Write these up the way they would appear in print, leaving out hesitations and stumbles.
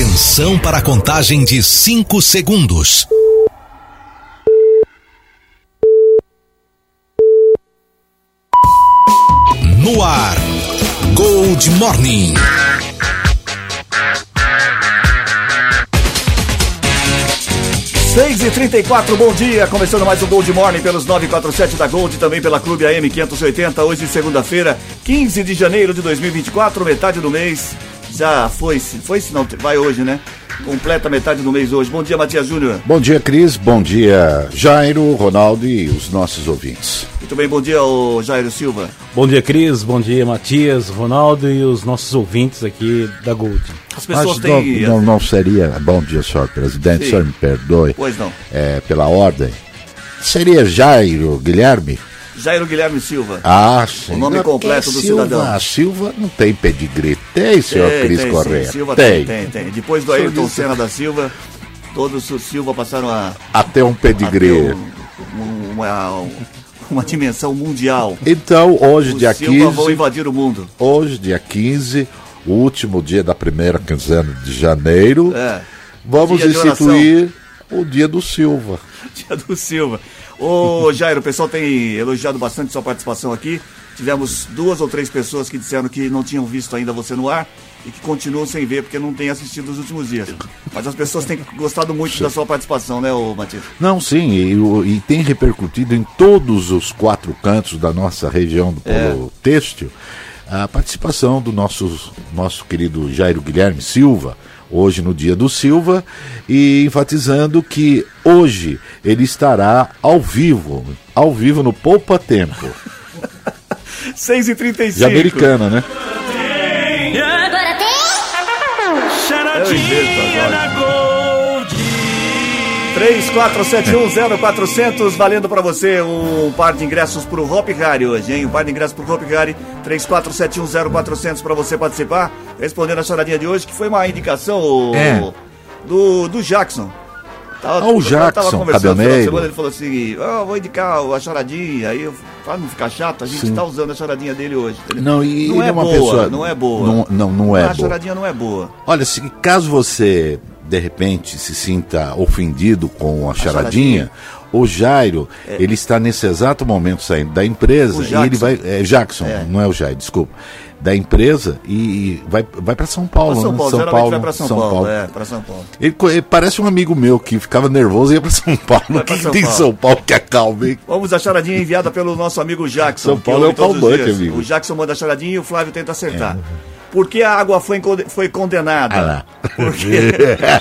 Atenção para a contagem de 5 segundos. No ar, Gold Morning. Seis e 34, bom dia, começando mais um Gold Morning pelos 947 da Gold, também pela Clube AM 580, hoje segunda-feira, 15 de janeiro de 2024, metade do mês, já foi-se não, vai hoje, né? Completa metade do mês hoje. Bom dia, Matias Júnior. Bom dia, Cris, bom dia, Jairo, Ronaldo e os nossos ouvintes. Muito bem, bom dia, o Jairo Silva. Bom dia, Cris, bom dia, Matias, Ronaldo e os nossos ouvintes aqui da Gold. As pessoas Mas têm... não seria, bom dia, senhor presidente, Sim. senhor me perdoe. Pois não. Pela ordem, seria Jairo Guilherme? Jairo Guilherme Silva. Ah, sim. O nome completo do Silva, cidadão. Silva não tem pedigree, tem, senhor Cris Correia? Sim, Silva tem. Tem. Depois do Ayrton Senna da Silva, todos os Silva passaram a ter um pedigree. Uma dimensão mundial. Então, hoje, Os dia Silva 15... vão invadir o mundo. Hoje, dia 15, o último dia da primeira quinzena de janeiro, vamos Dia de instituir o dia do Silva. Dia do Silva. Ô Jairo, o pessoal tem elogiado bastante sua participação aqui. Tivemos 2 ou 3 pessoas que disseram que não tinham visto ainda você no ar e que continuam sem ver porque não têm assistido nos últimos dias. Mas as pessoas têm gostado muito da sua participação, né, ô Matias? Não, sim, e tem repercutido em todos os 4 cantos da nossa região do Polo Têxtil a participação do nosso querido Jairo Guilherme Silva, hoje no dia do Silva, e enfatizando que hoje ele estará ao vivo no Poupa Tempo. 6h35. De Americana, né? Charadinha na Gold. 34710400, valendo pra você um par de ingressos pro Hop Hari hoje, hein? Um par de ingressos pro Hop Hari, 34710400 pra você participar, respondendo a charadinha de hoje, que foi uma indicação do Jackson. O Jackson, caminhoneiro. Ele falou assim, vou indicar a charadinha, aí pra não ficar chato, a gente tá usando a charadinha dele hoje. Não, e não ele é uma boa, pessoa... não é boa. Não é boa. A charadinha não é boa. Olha, caso você, de repente, se sinta ofendido com a charadinha, o Jairo, ele está nesse exato momento saindo da empresa e ele vai... Jackson, não é o Jairo, desculpa. Da empresa e vai para São Paulo. São Paulo, São Paulo, vai para São Paulo. Para São Paulo. Ele parece um amigo meu que ficava nervoso e ia para São Paulo. O que tem em São Paulo que acalma, hein? Vamos a charadinha enviada pelo nosso amigo Jackson. São Paulo é o Palmante, amigo. O Jackson manda a charadinha e o Flávio tenta acertar. Por que a água foi condenada? Ah lá. Por quê?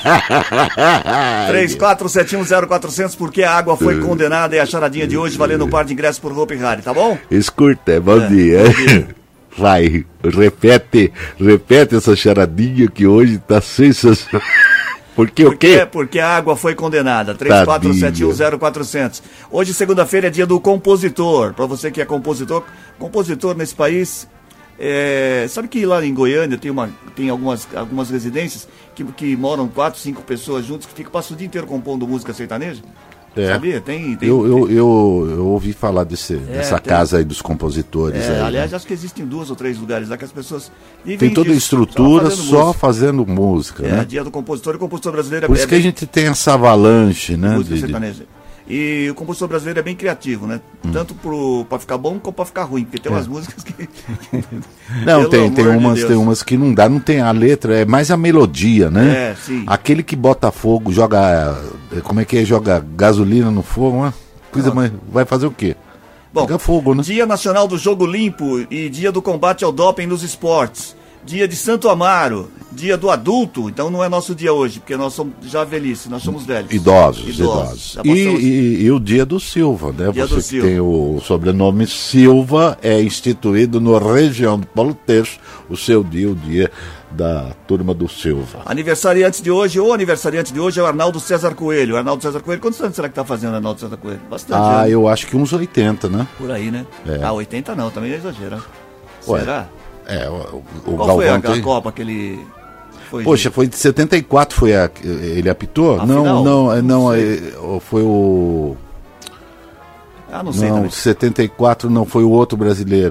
34710400, por que a água foi condenada? É a charadinha de hoje, valendo um par de ingressos por Hopi Hari, tá bom? Escuta, bom dia. Bom dia. Vai, repete essa charadinha que hoje tá sensacional. O quê? Porque a água foi condenada. 34710400. Hoje, segunda-feira, é dia do compositor. Para você que é compositor nesse país, sabe que lá em Goiânia tem algumas residências que moram 4, 5 pessoas juntas que passam o dia inteiro compondo música sertaneja? Sabia? Eu ouvi falar dessa casa aí dos compositores. Aliás, acho que existem 2 ou 3 lugares lá que as pessoas vivem. Tem toda a estrutura só fazendo música. Né? Dia do compositor, e o compositor brasileiro Por isso que a gente tem essa avalanche, né? Música sertaneja. E o compositor brasileiro é bem criativo, né? Tanto pra ficar bom como pra ficar ruim, porque tem umas músicas que... Não, tem umas que não dá, não tem a letra, é mais a melodia, né? Sim. Aquele que bota fogo, joga, como é que é, joga gasolina no fogo, né? Mas vai fazer o quê? Bom, pega fogo, né? Dia Nacional do Jogo Limpo e Dia do Combate ao Doping nos Esportes. Dia de Santo Amaro, dia do adulto, então não é nosso dia hoje, porque nós somos já velhice, nós somos velhos. Idosos. E o dia do Silva, né? Dia Você que tem o sobrenome Silva, é instituído na região do Polo Têxtil, o seu dia, o dia da turma do Silva. Aniversariante de hoje, o aniversariante de hoje é o Arnaldo César Coelho. Arnaldo César Coelho, quantos anos será que está fazendo Arnaldo César Coelho? Bastante. Eu acho que uns 80, né? Por aí, né? 80 não, também é exagero. Será? O Qual Galvão foi a Copa que ele foi? Poxa, foi de 74, ele apitou? Não, foi o... não sei também. 74 não, foi o outro brasileiro.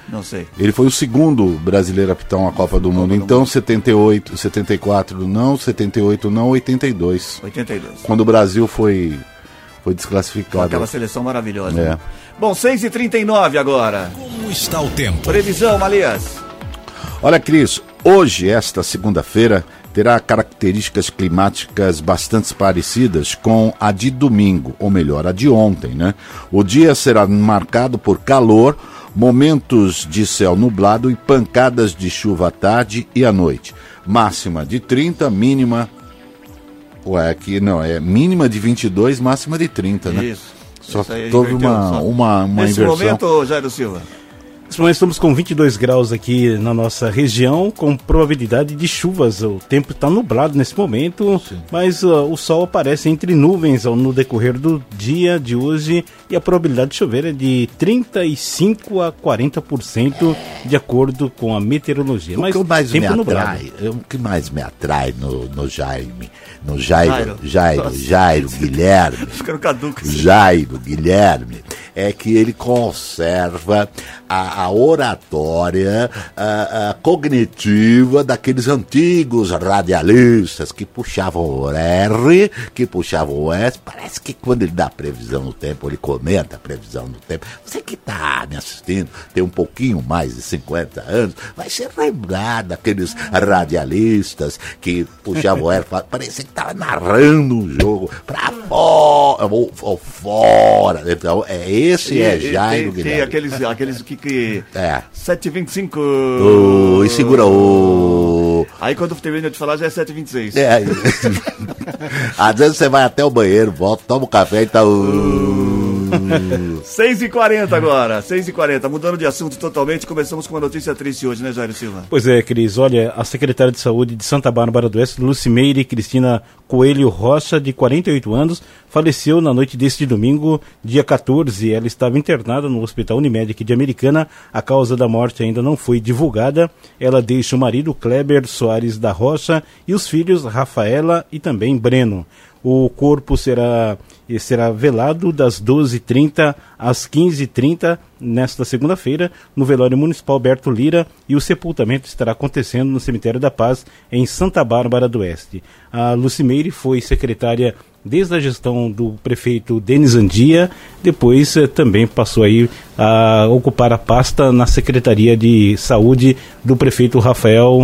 Não sei. Ele foi o segundo brasileiro a apitar uma Copa do Mundo. Então, 78, 74 não, 78 não, 82. 82. Quando o Brasil foi desclassificado. Com aquela seleção maravilhosa. É. Bom, 6h39 agora. Como está o tempo? Previsão, Malias. Olha, Cris, hoje, esta segunda-feira, terá características climáticas bastante parecidas com a de domingo, ou melhor, a de ontem, né? O dia será marcado por calor, momentos de céu nublado e pancadas de chuva à tarde e à noite. Máxima de 30, mínima... mínima de 22, máxima de 30, né? Isso. Só houve uma Nesse inversão. momento, Jairo Silva. Nesse momento estamos com 22 graus aqui na nossa região, com probabilidade de chuvas. O tempo está nublado nesse momento, mas o sol aparece entre nuvens no decorrer do dia de hoje e a probabilidade de chover é de 35% a 40% de acordo com a meteorologia. Mas O que mais me atrai no Jairo Guilherme, Ficando caduco. Jairo Guilherme, é que ele conserva a oratória cognitiva daqueles antigos radialistas que puxavam o R, que puxavam o S. Parece que quando ele dá a previsão do tempo, ele comenta a previsão do tempo. Você que está me assistindo, tem um pouquinho mais de 50 anos, vai ser lembrado daqueles radialistas que puxavam o R, parecia que estava narrando um jogo pra fora, ou fora. Então, esse é Jairo Guilherme. Tem aqueles que 7h25. E segura o... Aí quando termina de falar já é 7h26. Às vezes você vai até o banheiro, volta, toma um café e tá... 6h40 agora, 6h40, mudando de assunto totalmente, começamos com uma notícia triste hoje, né, Jairo Silva? Pois é, Cris, olha, a secretária de saúde de Santa Bárbara do Oeste, Lucimeire Cristina Coelho Rocha, de 48 anos, faleceu na noite deste domingo, dia 14. Ela estava internada no Hospital Unimed aqui de Americana. A causa da morte ainda não foi divulgada. Ela deixa o marido Kleber Soares da Rocha e os filhos Rafaela e também Breno. O corpo será velado das 12h30 às 15h30 nesta segunda-feira no velório municipal Berto Lira, e o sepultamento estará acontecendo no Cemitério da Paz em Santa Bárbara do Oeste. A Lucimeire foi secretária desde a gestão do prefeito Denis Andia, depois também passou aí a ocupar a pasta na Secretaria de Saúde do prefeito Rafael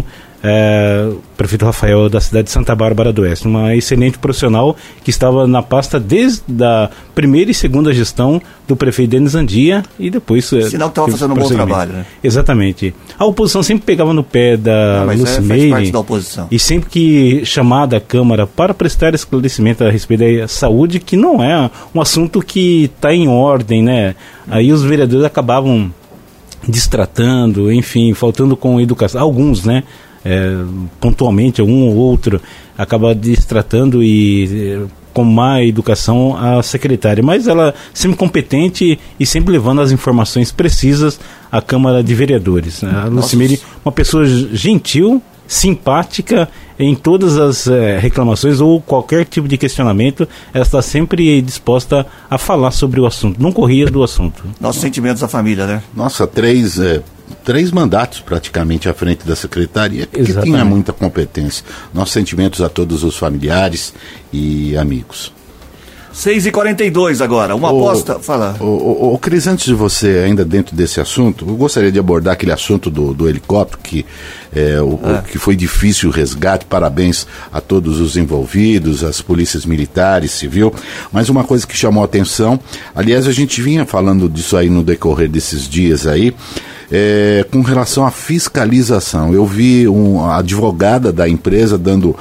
da cidade de Santa Bárbara do Oeste, uma excelente profissional que estava na pasta desde a primeira e segunda gestão do prefeito Denis Andia e depois... Sinal que estava fazendo um bom trabalho, né? Exatamente. A oposição sempre pegava no pé da Lucimeire, parte da oposição. E sempre que chamada a Câmara para prestar esclarecimento a respeito da saúde, que não é um assunto que está em ordem, né? Aí os vereadores acabavam distratando, enfim, faltando com educação, alguns, né? Pontualmente, um ou outro acaba distratando e com má educação a secretária, mas ela sempre competente e sempre levando as informações precisas à Câmara de Vereadores. A Lucimeire, uma pessoa gentil, simpática, em todas as reclamações ou qualquer tipo de questionamento, ela está sempre disposta a falar sobre o assunto, não corria do assunto. Nossos sentimentos à família, né? Nossa, três mandatos praticamente à frente da secretaria, que tinha muita competência. Nossos sentimentos a todos os familiares e amigos. 6h42 agora, uma aposta, fala. Cris, antes de você, ainda dentro desse assunto, eu gostaria de abordar aquele assunto do helicóptero, que foi difícil o resgate. Parabéns a todos os envolvidos, as polícias militares, civil, mas uma coisa que chamou a atenção, aliás, a gente vinha falando disso aí no decorrer desses dias aí, com relação à fiscalização. Eu vi a advogada da empresa dando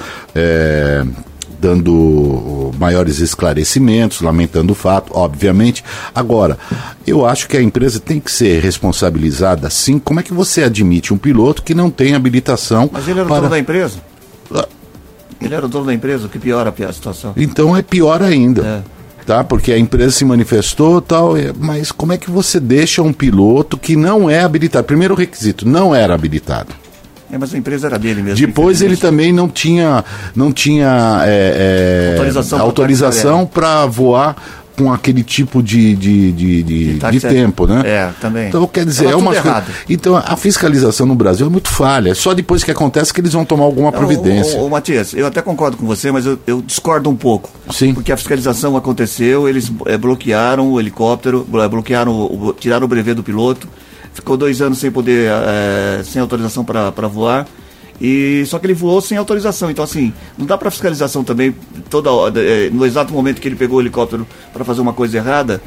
maiores esclarecimentos, lamentando o fato, obviamente. Agora, eu acho que a empresa tem que ser responsabilizada, sim. Como é que você admite um piloto que não tem habilitação? Mas ele era o dono da empresa? Ele era o dono da empresa, o que piora a situação. Então é pior ainda. Tá? Porque a empresa se manifestou tal, mas como é que você deixa um piloto que não é habilitado? Primeiro requisito, não era habilitado. Mas a empresa era dele mesmo. Depois ele também não tinha autorização para voar com aquele tipo de tempo, né? Também. Então, quer dizer, é uma coisa. Então, a fiscalização no Brasil é muito falha. É só depois que acontece que eles vão tomar alguma providência. Ô, Matias, eu até concordo com você, mas eu discordo um pouco. Sim. Porque a fiscalização aconteceu, eles bloquearam o helicóptero, tiraram o brevet do piloto, ficou 2 anos sem poder, sem autorização para voar. Só que ele voou sem autorização. Então, assim, não dá para fiscalização também no exato momento que ele pegou o helicóptero para fazer uma coisa errada,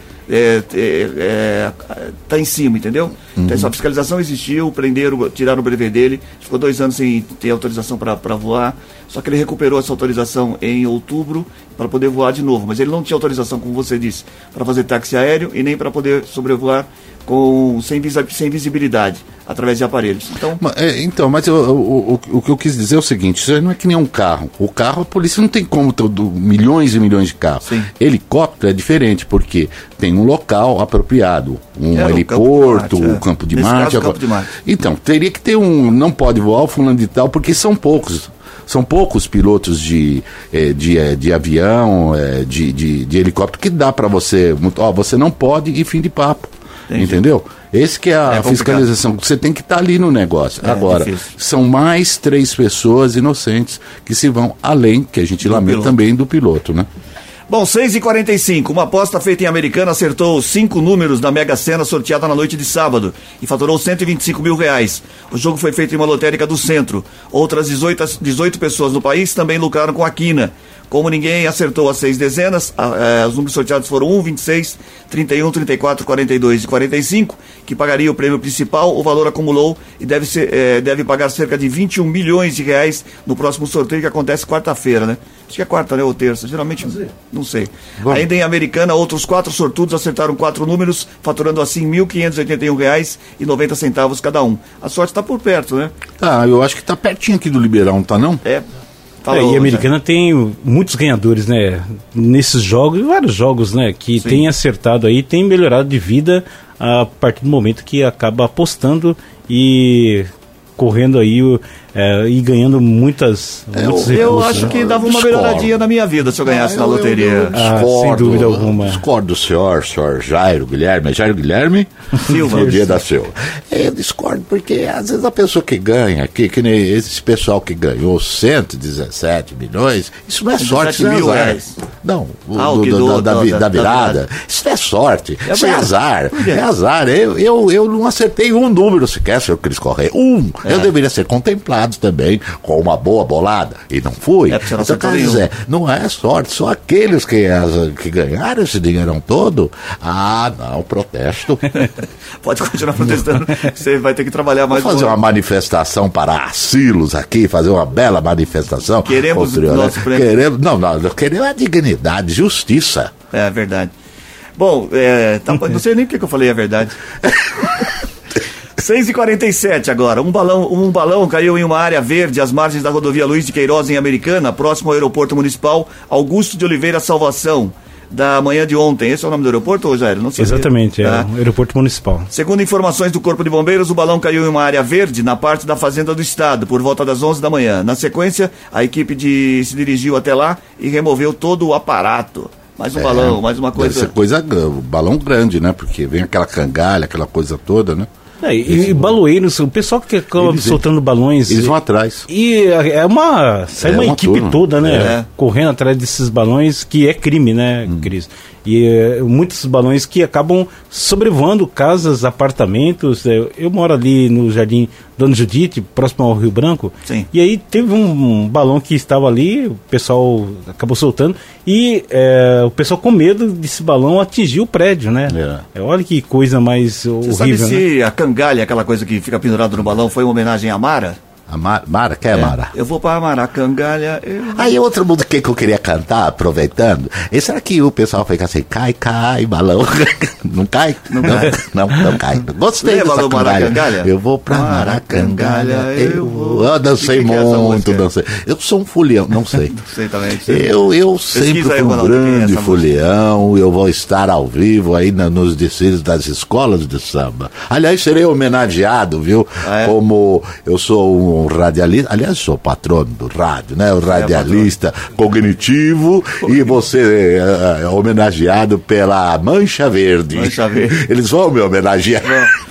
tá em cima, entendeu? Então, essa fiscalização existiu, tiraram o brevet dele, ficou 2 anos sem ter autorização para voar. Só que ele recuperou essa autorização em outubro para poder voar de novo. Mas ele não tinha autorização, como você disse, para fazer táxi aéreo e nem para poder sobrevoar sem visibilidade, através de aparelhos. Mas o que eu quis dizer é o seguinte: isso não é que nem um carro. O carro, a polícia não tem como ter milhões e milhões de carros. Sim. Helicóptero é diferente, porque tem um local apropriado, heliporto, um campo de Marte. Então, teria que ter não pode voar o fulano de tal, porque são poucos. São poucos pilotos de avião, de helicóptero, que dá para você. Você não pode ir fim de papo. Entendi. Entendeu? Esse que é a fiscalização. Você tem que estar ali no negócio. Agora, são mais 3 pessoas inocentes que se vão além, que a gente lamenta também, do piloto, né? Bom, 6h45, uma aposta feita em Americana acertou 5 números da Mega Sena sorteada na noite de sábado e faturou R$125 mil. O jogo foi feito em uma lotérica do centro. Outras 18 pessoas no país também lucraram com a quina. Como ninguém acertou as 6 dezenas, os números sorteados foram 1, 26, 31, 34, 42 e 45, que pagaria o prêmio principal. O valor acumulou e deve pagar cerca de R$21 milhões no próximo sorteio, que acontece quarta-feira, né? Acho que é quarta, né? Ou terça. Geralmente, não sei. Bom. Ainda em Americana, outros 4 sortudos acertaram 4 números, faturando assim R$1.581,90 cada um. A sorte está por perto, né? Eu acho que está pertinho aqui do Liberão, tá não? E a Americana tem muitos ganhadores, né? Nesses jogos, vários jogos, né? Que tem acertado aí, tem melhorado de vida a partir do momento que acaba apostando e correndo aí e ganhando muitos recursos. Eu acho que dava uma melhoradinha na minha vida se eu ganhasse na loteria. Sem dúvida alguma. Discordo do senhor Jairo Guilherme. Jairo Guilherme Silva. No dia da Silva. Eu discordo porque às vezes a pessoa que ganha, que nem esse pessoal que ganhou 117 milhões, isso não é sorte, isso é azar. Reais. Não, da virada. Isso não é sorte, isso é azar. É azar. Eu não acertei um número sequer, senhor Cris Correia. Eu deveria ser contemplado também com uma boa bolada, e não fui. Então, quer dizer, não é sorte, só aqueles que ganharam esse dinheirão todo. Não, protesto. Pode continuar protestando, você vai ter que trabalhar mais. Vamos fazer uma manifestação para Asilos aqui, fazer uma bela manifestação. Queremos o nosso prêmio. Queremos a dignidade, justiça. É verdade. Bom, não sei nem porque que eu falei a verdade. 6h47 agora. Um balão caiu em uma área verde às margens da rodovia Luiz de Queiroz, em Americana, próximo ao aeroporto municipal Augusto de Oliveira Salvação, da manhã de ontem. Esse é o nome do aeroporto, Jair? Não sei. Exatamente, é o aeroporto municipal. Segundo informações do Corpo de Bombeiros, o balão caiu em uma área verde na parte da Fazenda do Estado, por volta das 11 da manhã. Na sequência, a equipe se dirigiu até lá e removeu todo o aparato. Mais um balão, mais uma coisa. Deve ser balão grande, né? Porque vem aquela cangalha, aquela coisa toda, né? E baloeiros, o pessoal que acaba soltando balões. Eles vão atrás. E sai uma equipe turma toda, né? Correndo atrás desses balões, que é crime, né, Cris? E muitos balões que acabam sobrevoando casas, apartamentos. Eu moro ali no Jardim Dona Judite, próximo ao Rio Branco. Sim. E aí teve um balão que estava ali, o pessoal acabou soltando, e o pessoal com medo desse balão atingir o prédio, né? Olha que coisa mais horrível. Você sabe se né? A cangalha, aquela coisa que fica pendurada no balão, foi uma homenagem à Mara? A Mara, quem é Mara? Eu vou para Amara, cangalha. Aí outro mundo que eu queria cantar, aproveitando. E será que o pessoal fica assim, cai, balão? Não cai? Não cai. Gostei dessa cangalha. Eu vou pra Maracangalha, eu dancei muito, dancei. Eu sou um folião, não sei. Não sei também. Eu sempre fui um grande folião, eu vou estar ao vivo aí nos desfiles das escolas de samba. Aliás, serei homenageado, viu? Como eu sou um radialista, aliás, sou patrono do rádio, né? O radialista cognitivo, e você é homenageado pela Mancha Verde. Mancha Verde. Eles vão me homenagear.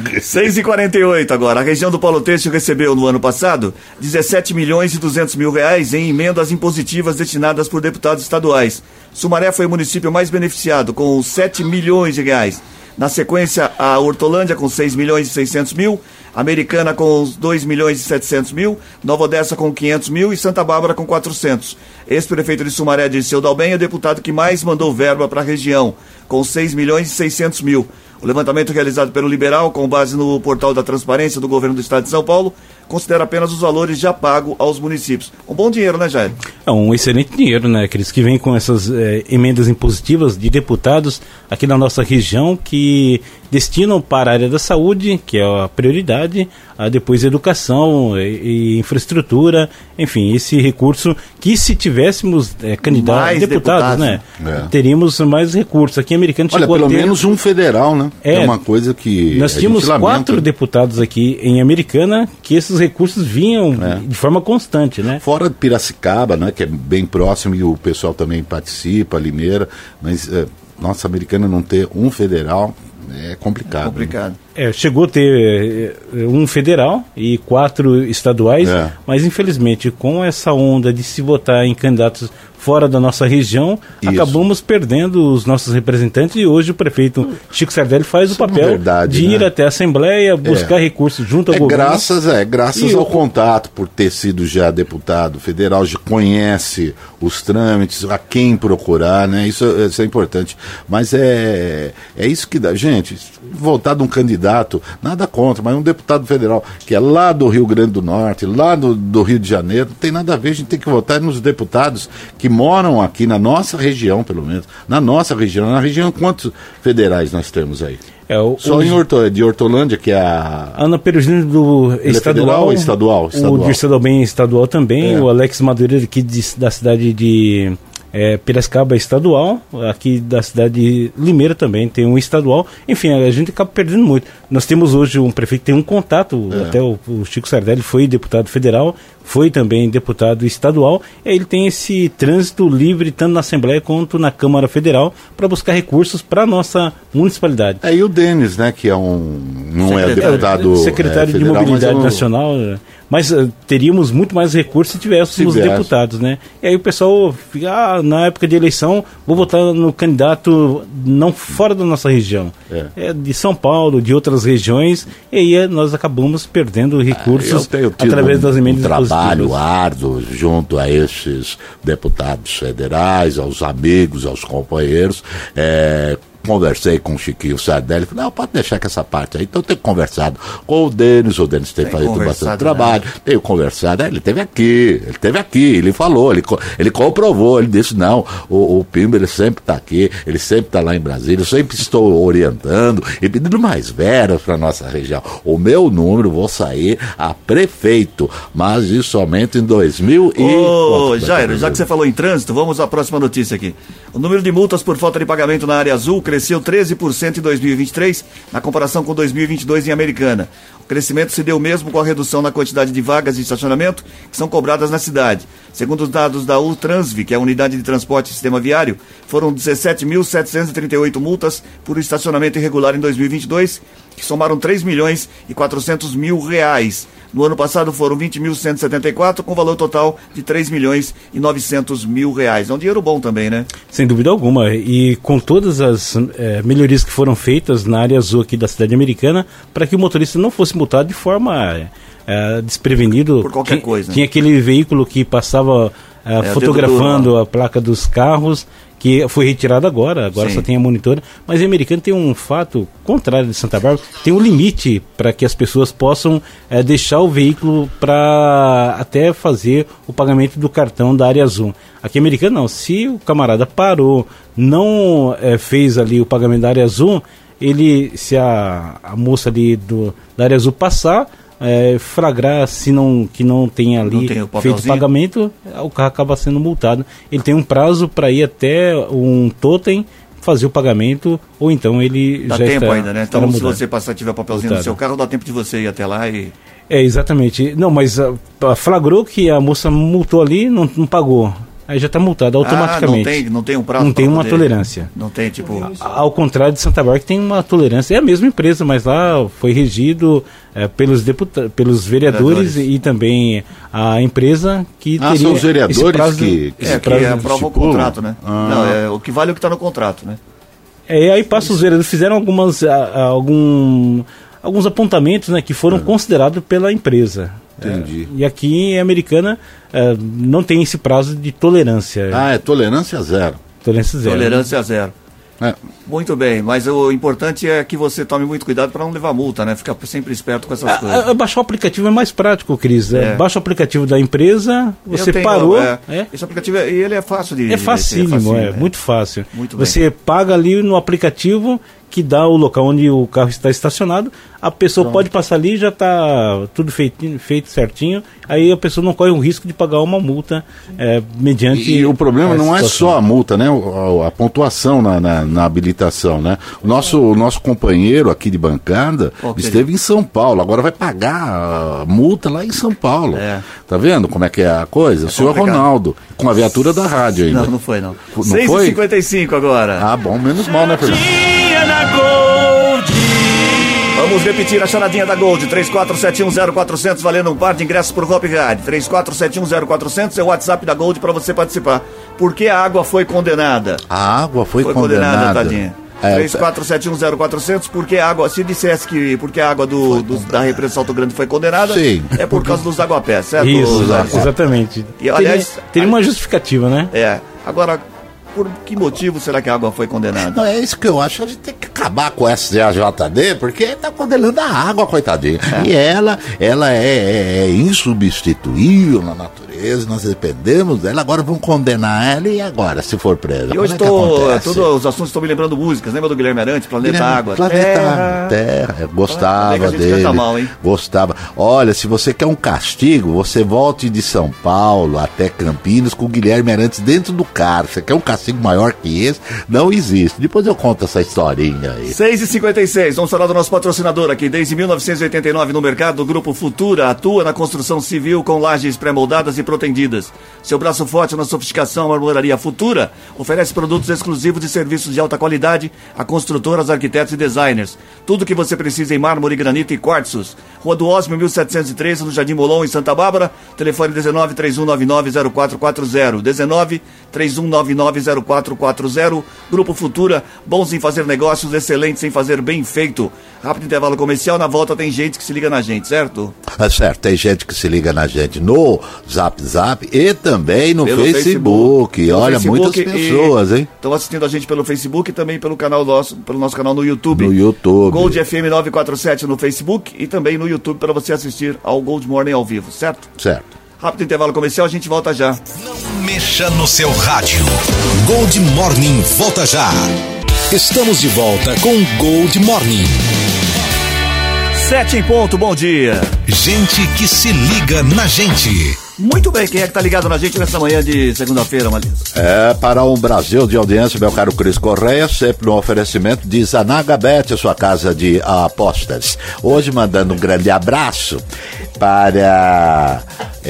6h48 agora. A região do Polo Têxtil recebeu no ano passado 17 milhões e 200 mil reais em emendas impositivas destinadas por deputados estaduais. Sumaré foi o município mais beneficiado, com 7 milhões de reais. Na sequência, a Hortolândia com 6 milhões e 600 mil, Americana com 2 milhões e 700 mil, Nova Odessa com 500 mil e Santa Bárbara com 400. Ex-prefeito de Sumaré, Dirceu Dalben, é o deputado que mais mandou verba para a região, com 6 milhões e 600 mil. O levantamento realizado pelo Liberal, com base no portal da transparência do governo do estado de São Paulo, considera apenas os valores já pagos aos municípios. Um bom dinheiro, né, Jair? É um excelente dinheiro, né, aqueles que vêm com essas emendas impositivas de deputados aqui na nossa região, que destinam para a área da saúde, que é a prioridade, depois educação e infraestrutura, enfim, esse recurso que, se tivéssemos candidatos, deputados, né, teríamos mais recursos. Aqui em Americana chegou pelo menos um federal, né? É uma coisa que nós tínhamos 4 deputados aqui em Americana que esses recursos vinham de forma constante, né? Fora de Piracicaba, né, que é bem próximo e o pessoal também participa, Limeira, mas nossa, Americana não ter um federal é complicado. É complicado. Né? Chegou a ter um federal e 4 estaduais, mas infelizmente com essa onda de se votar em candidatos fora da nossa região, acabamos perdendo os nossos representantes, e hoje o prefeito Chico Sardelli faz o papel de ir até a Assembleia, buscar recursos junto ao governo. Graças ao contato, por ter sido já deputado federal, já conhece os trâmites, a quem procurar, né? Isso é importante. Mas é isso que dá. Gente, votar de um candidato, nada contra, mas um deputado federal que é lá do Rio Grande do Norte, lá do Rio de Janeiro, não tem nada a ver. A gente tem que votar nos deputados que moram aqui na nossa região, pelo menos. Na nossa região. Na região, quantos federais nós temos aí? Só de Hortolândia, que é a Ana Perugino do estadual. Estadual. O Dirceu Dalben estadual também. O Alex Madureira aqui da cidade de Piracicaba é estadual. Aqui da cidade de Limeira também tem um estadual. Enfim, a gente acaba perdendo muito. Nós temos hoje um prefeito que tem um contato, até o Chico Sardelli foi deputado federal, foi também deputado estadual, e ele tem esse trânsito livre tanto na Assembleia quanto na Câmara Federal para buscar recursos para a nossa municipalidade. E o Denis, né, que não é deputado secretário federal, de Mobilidade Nacional, mas teríamos muito mais recursos se tivéssemos deputados, né? E aí o pessoal fica, na época de eleição, vou votar no candidato não fora da nossa região, de São Paulo, de outras regiões, e aí nós acabamos perdendo recursos através das emendas impositivas. Trabalho árduo junto a esses deputados federais, aos amigos, aos companheiros. Conversei com o Chiquinho Sardelli, falei, não, pode deixar com essa parte aí. Então eu tenho conversado com o Denis tem feito bastante trabalho, tenho conversado, ele esteve aqui, ele falou, ele comprovou, ele disse, não, o Pimba, ele sempre está aqui, ele sempre está lá em Brasília, eu sempre estou orientando e pedindo mais verbas para a nossa região. O meu número, vou sair a prefeito, mas isso somente em 2000 Jairo, já que você falou em trânsito, vamos à próxima notícia aqui. O número de multas por falta de pagamento na área azul cresceu 13% em 2023, na comparação com 2022 em Americana. O crescimento se deu mesmo com a redução na quantidade de vagas de estacionamento que são cobradas na cidade. Segundo os dados da Utransv, que é a Unidade de Transporte e Sistema Viário, foram 17.738 multas por estacionamento irregular em 2022, que somaram 3 milhões e 400 mil reais. No ano passado foram 20.174, com valor total de 3 milhões e 900 mil reais. É um dinheiro bom também, né? Sem dúvida alguma. E com todas as melhorias que foram feitas na área azul aqui da cidade americana, para que o motorista não fosse multado de forma desprevenido. Por qualquer coisa. Tinha aquele veículo que passava fotografando a placa dos carros, que foi retirado agora só tem a monitora, mas em Americana tem um fato contrário de Santa Bárbara, tem um limite para que as pessoas possam deixar o veículo para até fazer o pagamento do cartão da área azul. Aqui em Americana não, se o camarada parou, não fez ali o pagamento da área azul, se a moça ali da área azul passar, flagrar que não tem ali feito pagamento, o carro acaba sendo multado. Ele tem um prazo para ir até um totem fazer o pagamento, ou então ele dá tempo ainda, né? Então se você tiver papelzinho no seu carro, dá tempo de você ir até lá e Exatamente. Não, mas flagrou que a moça multou ali, não pagou. Aí já está multada automaticamente. Não tem um prazo. Não tem uma tolerância. Não tem, tipo... Ao contrário de Santa Bárbara, que tem uma tolerância. É a mesma empresa, mas lá foi regido pelos vereadores e também a empresa que teria... são os vereadores que aprovam o contrato, né? Não, o que vale é o que está no contrato, né? Aí passa os vereadores, fizeram alguns apontamentos, né, que foram considerados pela empresa. Entendi. E aqui em Americana não tem esse prazo de tolerância. É tolerância zero. Tolerância zero. Tolerância zero. Muito bem, mas o importante é que você tome muito cuidado para não levar multa, né? Ficar sempre esperto com essas coisas. Baixar o aplicativo é mais prático, Cris. Baixa o aplicativo da empresa, você parou. Esse aplicativo, ele é fácil de... É facílimo, muito fácil. Muito você paga ali no aplicativo que dá o local onde o carro está estacionado, a pessoa pode passar ali e já está tudo feito certinho, aí a pessoa não corre o risco de pagar uma multa mediante... E o problema não é só a multa, né? A pontuação na habilitação, né? O nosso companheiro aqui de bancada esteve em São Paulo, agora vai pagar a multa lá em São Paulo. Tá vendo como é que é a coisa? O senhor Ronaldo, com a viatura da rádio ainda. Não foi, não. Não foi? 6h55 agora. Bom, menos mal, né, Fernando? Vamos repetir a charadinha da Gold, 34710400, valendo um par de ingressos por Hop Ride. 34710400 é o WhatsApp da Gold para você participar. Por que a água foi condenada? A água foi condenada, tadinha. 34710400, porque a água, se dissesse que porque a água da represa Salto Grande foi condenada, sim, é por causa dos aguapés, certo? Isso, exatamente. E, aliás, teria uma justificativa, né? Agora, por que motivo será que a água foi condenada? Não, é isso que eu acho. A gente tem que acabar com essa STJD, porque está condenando a água, coitadinha. E ela é insubstituível na natureza, nós dependemos dela, agora vão condenar ela, e agora, se for presa? E hoje todos os assuntos estão me lembrando músicas, lembra do Guilherme Arantes, Planeta Água? Terra, gostava dele, mal, hein? Gostava. Olha, se você quer um castigo, você volte de São Paulo até Campinas com o Guilherme Arantes dentro do carro. Você quer um castigo maior que esse? Não existe. Depois eu conto essa historinha aí. 6h56, vamos falar do nosso patrocinador aqui. Desde 1989 no mercado, o Grupo Futura atua na construção civil com lajes pré-moldadas e protendidas. Seu braço forte na sofisticação, a Marmoraria Futura oferece produtos exclusivos e serviços de alta qualidade a construtoras, arquitetos e designers. Tudo que você precisa em mármore, granito e quartzos. Rua do Osmo, 1713, no Jardim Molon, em Santa Bárbara. Telefone 19-3199-0440. 19-3199-0440. Grupo Futura, bons em fazer negócios, excelentes em fazer bem feito. Rápido intervalo comercial, na volta tem gente que se liga na gente, certo? Certo, tem gente que se liga na gente no Zap Zap e também no Facebook. Olha, muitas pessoas, hein? Estão assistindo a gente pelo Facebook e também pelo nosso canal no YouTube. No YouTube. Gold FM 947 no Facebook e também no YouTube para você assistir ao Gold Morning ao vivo, certo? Certo. Rápido intervalo comercial, a gente volta já. Não mexa no seu rádio. Gold Morning volta já. Estamos de volta com Gold Morning. 7 em ponto, bom dia. Gente que se liga na gente. Muito bem, quem é que tá ligado na gente nessa manhã de segunda-feira, Malisa? Para um Brasil de audiência, meu caro Cris Correia, sempre no oferecimento de Zanaga Bet, a sua casa de apostas. Hoje mandando um grande abraço para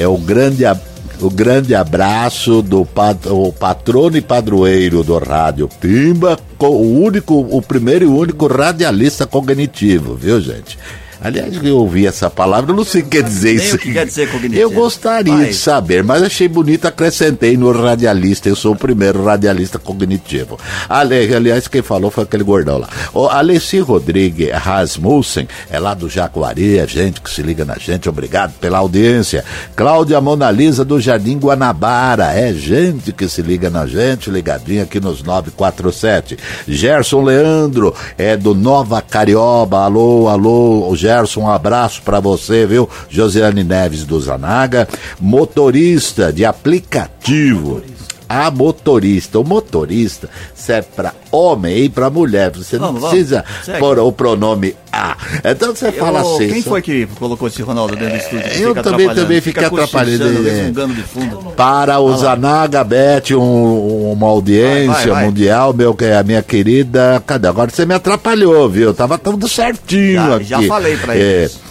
o grande abraço do patrono e padroeiro do Rádio Pimba, o primeiro e único radialista cognitivo, viu, gente? Aliás, eu ouvi essa palavra, eu não sei o que quer dizer isso. O que quer dizer cognitivo? Eu gostaria de saber, mas achei bonito, acrescentei no radialista, eu sou o primeiro radialista cognitivo. Aliás, quem falou foi aquele gordão lá. O Alessi Rodrigues Rasmussen, é lá do Jaguari, é gente que se liga na gente, obrigado pela audiência. Cláudia Monalisa do Jardim Guanabara, é gente que se liga na gente, ligadinha aqui nos 947. Gerson Leandro, é do Nova Carioba, alô, Gerson, um abraço pra você, viu? Josiane Neves do Zanaga, motorista de aplicativo. O motorista serve pra homem e pra mulher. Você não precisa pôr o pronome a. Então você fala assim. Quem foi que colocou esse Ronaldo dentro do estúdio? Eu também fiquei atrapalhando. De fundo. Para o Zanaga Bet, uma audiência mundial, a minha querida. Cadê? Agora você me atrapalhou, viu? Tava tudo certinho aqui. Já falei pra eles.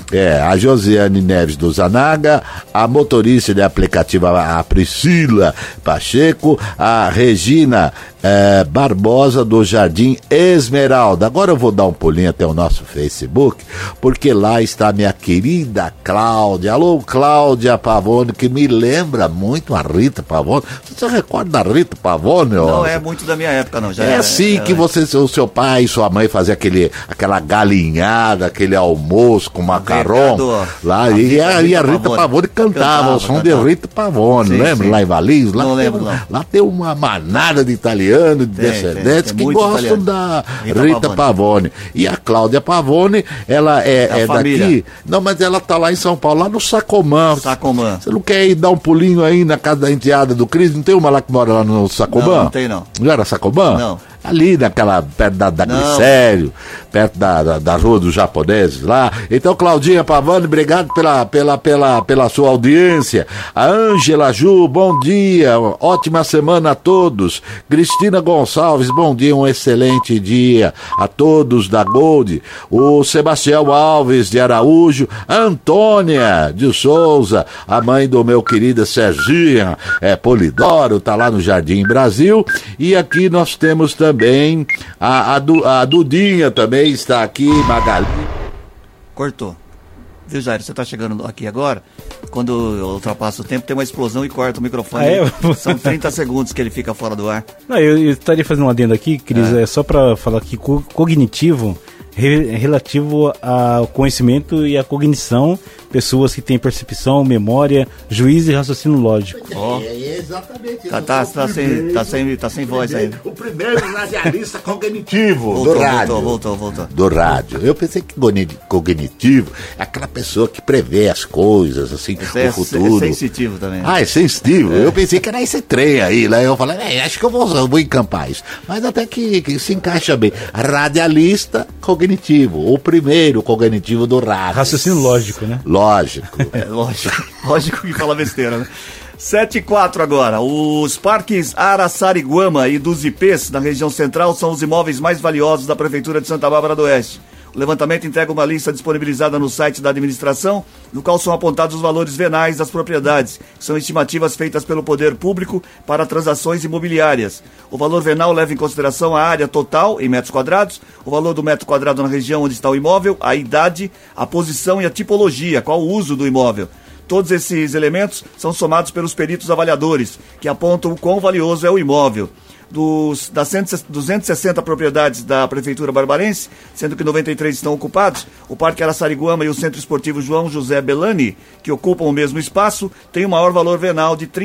A Josiane Neves do Zanaga, a motorista de aplicativo, a Priscila Pacheco, a Regina Barbosa do Jardim Esmeralda. Agora eu vou dar um pulinho até o nosso Facebook, porque lá está a minha querida Cláudia. Alô, Cláudia Pavone, que me lembra muito a Rita Pavone. Você recorda da Rita Pavone? Não é muito da minha época, não. Já assim que o seu pai e sua mãe faziam aquela galinhada, aquele almoço com macarrão lá, e a Rita Pavone cantava o som de Rita Pavone, lembra? Sim. Lá em Valinhos, lá tem uma manada de italianos, de descendentes que gostam da Rita Pavone. E a Cláudia Pavone, ela é daqui. Não, mas ela tá lá em São Paulo, lá no Sacomã. Você não quer ir dar um pulinho aí na casa da enteada do Cris? Não tem uma lá que mora lá no Sacomã? Não tem, não. Não era Sacomã? Não. Ali perto da Glicério, perto da Rua dos Japoneses lá. Então, Claudinha Pavone, obrigado pela sua audiência. A Ângela Ju, bom dia, ótima semana a todos. Cristina Gonçalves, bom dia, um excelente dia a todos da Gold. O Sebastião Alves de Araújo, a Antônia de Souza, a mãe do meu querido Serginha Polidoro, tá lá no Jardim Brasil. E aqui nós temos também a Dudinha também está aqui, Magali. Cortou. Viu, Jair? Você está chegando aqui agora, quando ultrapassa o tempo, tem uma explosão e corta o microfone. São 30 segundos que ele fica fora do ar. Não, eu estaria fazendo um adendo aqui, Cris, só para falar que cognitivo relativo ao conhecimento e à cognição, pessoas que têm percepção, memória, juízo e raciocínio lógico. Exatamente. Tá sem voz aí. O primeiro radialista cognitivo do rádio. Voltou. Do rádio. Eu pensei que cognitivo é aquela pessoa que prevê as coisas, assim, o futuro. É sensitivo também. É sensitivo. Eu pensei que era esse trem aí, né? Eu falei, acho que eu vou encampar isso. Mas até que se encaixa bem. Radialista cognitivo. O primeiro cognitivo do rádio. Raciocínio lógico, né? Lógico. Lógico que fala besteira, né? 7h04 agora. Os parques Araçariguama e dos IPs na região central são os imóveis mais valiosos da Prefeitura de Santa Bárbara do Oeste. O levantamento entrega uma lista disponibilizada no site da administração, no qual são apontados os valores venais das propriedades, que são estimativas feitas pelo poder público para transações imobiliárias. O valor venal leva em consideração a área total, em metros quadrados, o valor do metro quadrado na região onde está o imóvel, a idade, a posição e a tipologia, qual o uso do imóvel. Todos esses elementos são somados pelos peritos avaliadores, que apontam o quão valioso é o imóvel. Das 260 propriedades da Prefeitura Barbarense, sendo que 93 estão ocupados, o Parque Araçariguama e o Centro Esportivo João José Belani, que ocupam o mesmo espaço, têm o maior valor venal de R$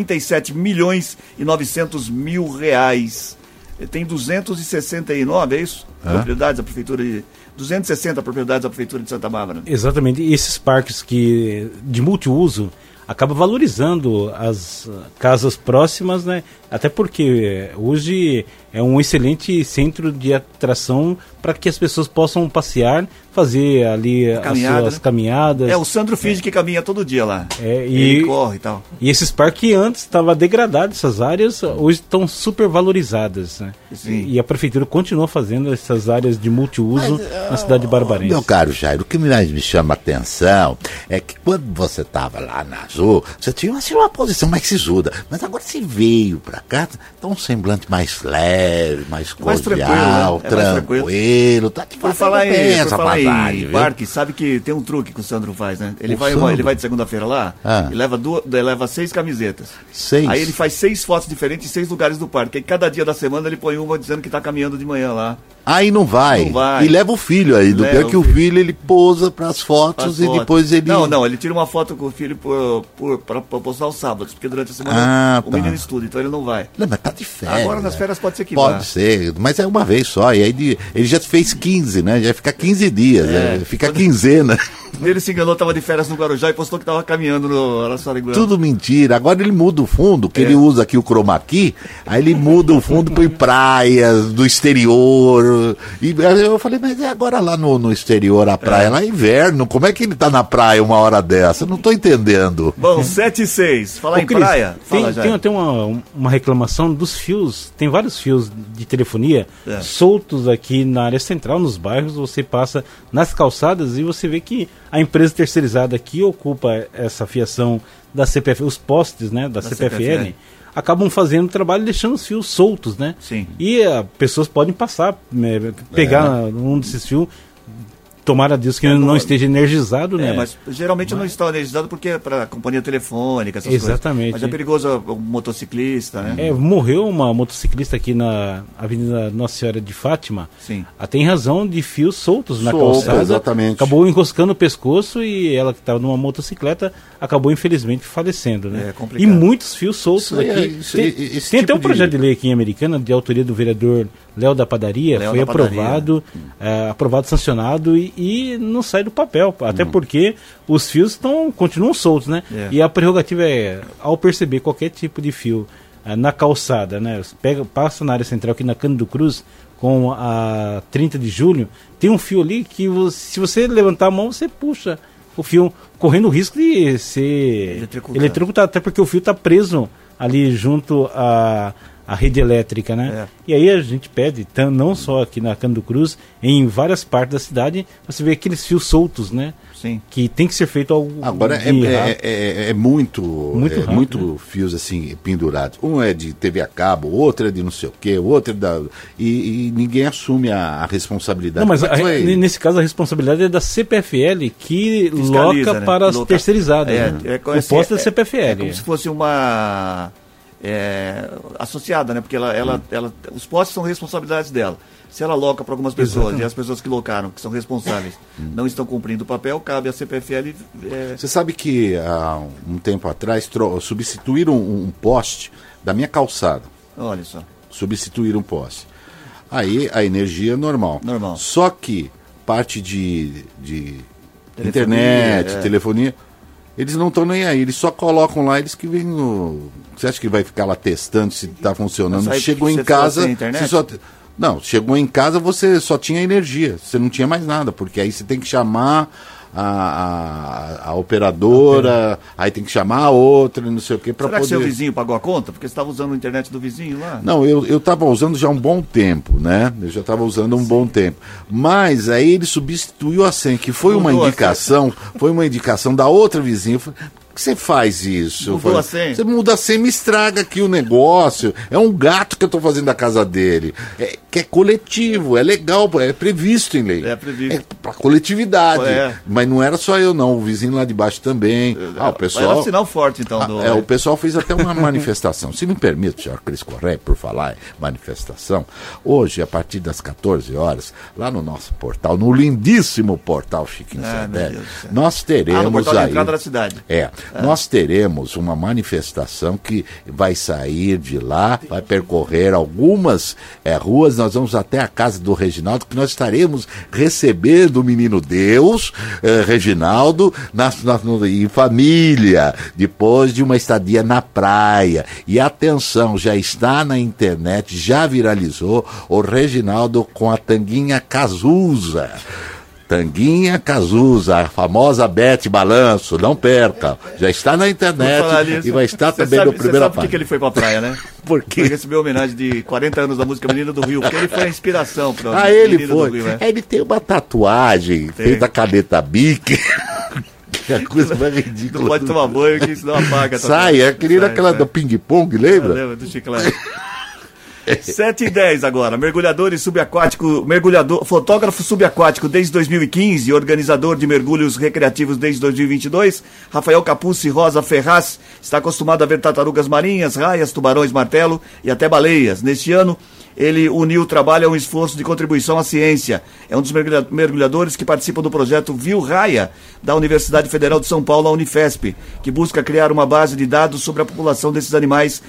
37.900.000. Tem 269, é isso? Propriedades da Prefeitura de... 260 propriedades da Prefeitura de Santa Bárbara. Exatamente. E esses parques de multiuso acaba valorizando as casas próximas, né? Até porque hoje é um excelente centro de atração para que as pessoas possam passear, fazer ali as suas caminhadas. O Sandro finge que caminha todo dia lá. Ele corre e tal. E esses parques antes estavam degradados, essas áreas hoje estão super valorizadas, né? Sim. E a Prefeitura continua fazendo essas áreas de multiuso na cidade de Barbarense. Meu caro Jair, o que mais me chama a atenção é que quando você estava lá na Azul, você tinha uma posição mais sisuda, mas agora você veio para cá, tá um semblante mais leve, mais cordial, tranquilo. Tá te por falar em parque, sabe que tem um truque que o Sandro faz, né? Ele vai de segunda-feira lá e leva 6 camisetas. 6? Aí ele faz 6 fotos diferentes em 6 lugares do parque. Aí cada dia da semana ele põe uma dizendo que tá caminhando de manhã lá. Aí não vai. E leva o filho aí. Do pior que o filho ele posa pras fotos e depois ele... Não, ele tira uma foto com o filho pra postar aos sábados, porque durante a semana o menino estuda, então ele não vai. Não, mas tá de férias. Agora nas férias pode ser que vá. Pode ser, mas é uma vez só. E aí ele já fez 15, né? Já fica 15 dias, fica quinzena. Ele se enganou, tava de férias no Guarujá e postou que tava caminhando no Araçariguama. Tudo mentira. Agora ele muda o fundo, que ele usa aqui o chroma key, aí ele muda o fundo para praias do exterior. E eu falei, mas agora lá no exterior, a praia, lá é inverno, como é que ele tá na praia uma hora dessa? Não tô entendendo. Bom, 7h06, falar em Cris, praia. Tem uma reclamação dos fios, tem vários fios de telefonia soltos aqui na área central, nos bairros, você passa nas calçadas e você vê que a empresa terceirizada que ocupa essa fiação da CPFL, os postes, né, da CPFL, acabam fazendo o trabalho e deixando os fios soltos, né? Sim. E pessoas podem passar, pegar um desses fios. Tomara a Deus que não esteja energizado, né? Mas geralmente não está energizado porque é para companhia telefônica, essas Exatamente. coisas. Mas é perigoso o motociclista, né? Morreu uma motociclista aqui na Avenida Nossa Senhora de Fátima. Sim. Tem razão de fios soltos na calçada. Exatamente. Acabou enroscando o pescoço e ela que estava numa motocicleta acabou infelizmente falecendo, né? É complicado. E muitos fios soltos aqui. Tem até um projeto de lei aqui em Americana, de autoria do vereador Léo da Padaria, foi aprovado, aprovado, sancionado e não sai do papel, até porque os fios continuam soltos, né? E a prerrogativa ao perceber qualquer tipo de fio na calçada, né? Passa na área central aqui na Cândido Cruz, com a 30 de julho, tem um fio ali que se você levantar a mão, você puxa o fio, correndo o risco de ser eletrocutado, até porque o fio está preso ali junto a rede elétrica, né? E aí a gente pede, não só aqui na Cândido Cruz, em várias partes da cidade, você vê aqueles fios soltos, né? Sim. Que tem que ser feito algo. Agora muito fios assim pendurados. Um é de TV a cabo, outro é de não sei o quê, outro é da. E ninguém assume a responsabilidade. Não, mas nesse caso a responsabilidade é da CPFL que loca, né, para as terceirizadas. O posto é da CPFL. É como se fosse uma associada, né? Porque os postos são responsabilidades dela. Se ela loca para algumas pessoas e as pessoas que locaram, que são responsáveis, não estão cumprindo o papel, cabe à CPFL. Você sabe que há um tempo atrás substituíram um poste da minha calçada. Olha só. Substituíram um poste. Aí a energia é normal. Só que parte de internet, telefonia, eles não estão nem aí, eles só colocam lá, eles que vêm no... Você acha que vai ficar lá testando se está funcionando? Chegou em casa... Não, chegou em casa, você só tinha energia, você não tinha mais nada, porque aí você tem que chamar a operadora, aí tem que chamar a outra, não sei o que, para poder... Será que seu vizinho pagou a conta? Porque você estava usando a internet do vizinho lá? Não, eu estava usando já há um bom tempo, né? Eu já estava usando há um bom tempo. Mas aí ele substituiu a senha, que foi uma indicação da outra vizinha. Por que você faz isso? Você muda a senha, me estraga aqui o negócio. É um gato que eu estou fazendo da casa dele. Que é coletivo, é legal, é previsto em lei. É previsto. É para coletividade. Mas não era só eu, não. O vizinho lá de baixo também. O pessoal... Era um sinal forte, então. O pessoal fez até uma manifestação. Se me permite, senhor Cris Correia, por falar em manifestação, hoje, a partir das 14 horas, lá no nosso portal, no lindíssimo portal Chiquinho Sardelli, nós teremos no portal de entrada da cidade. Nós teremos uma manifestação que vai sair de lá, vai percorrer algumas ruas, nós vamos até a casa do Reginaldo, que nós estaremos recebendo o menino Deus, Reginaldo, em família, depois de uma estadia na praia. E atenção, já está na internet, já viralizou o Reginaldo com a Tanguinha Cazuza. Tanguinha Cazuza, a famosa Bete Balanço, não perca, já está na internet e vai estar também no primeiro página. Por que ele foi pra praia, né? Porque recebeu homenagem de 40 anos da música Menina do Rio, porque ele foi a inspiração para ele foi. Do Rio, né? Ele tem uma tatuagem feita a caneta Bic. Que é a coisa mais ridícula. Não pode tomar banho, que isso não apaga. Sai, aquela do ping-pong, lembra? Lembra do chiclete. 7h10 agora, fotógrafo subaquático desde 2015, organizador de mergulhos recreativos desde 2022, Rafael Capucci Rosa Ferraz está acostumado a ver tartarugas marinhas, raias, tubarões, martelo e até baleias. Neste ano, ele uniu o trabalho a um esforço de contribuição à ciência. É um dos mergulhadores que participam do projeto Viu Raia, da Universidade Federal de São Paulo, a Unifesp, que busca criar uma base de dados sobre a população desses animais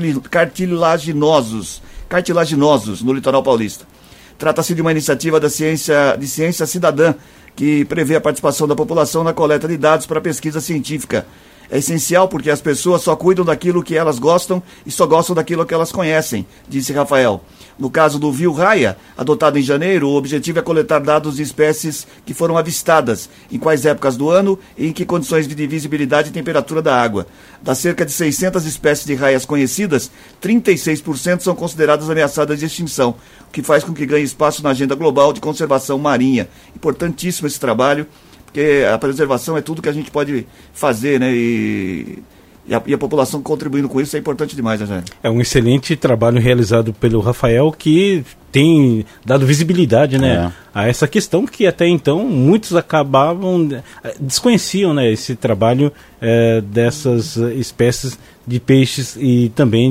cartilaginosos no litoral paulista. Trata-se de uma iniciativa de ciência cidadã, que prevê a participação da população na coleta de dados para pesquisa científica. É essencial porque as pessoas só cuidam daquilo que elas gostam e só gostam daquilo que elas conhecem, disse Rafael. No caso do Viu Raia, adotado em janeiro, o objetivo é coletar dados de espécies que foram avistadas, em quais épocas do ano e em que condições de visibilidade e temperatura da água. Das cerca de 600 espécies de raias conhecidas, 36% são consideradas ameaçadas de extinção, o que faz com que ganhe espaço na agenda global de conservação marinha. Importantíssimo esse trabalho, porque a preservação é tudo que a gente pode fazer, né? E a população contribuindo com isso é importante demais, né, Jair? É um excelente trabalho realizado pelo Rafael, que tem dado visibilidade, né, a essa questão que até então muitos desconheciam, né, esse trabalho dessas espécies de peixes e também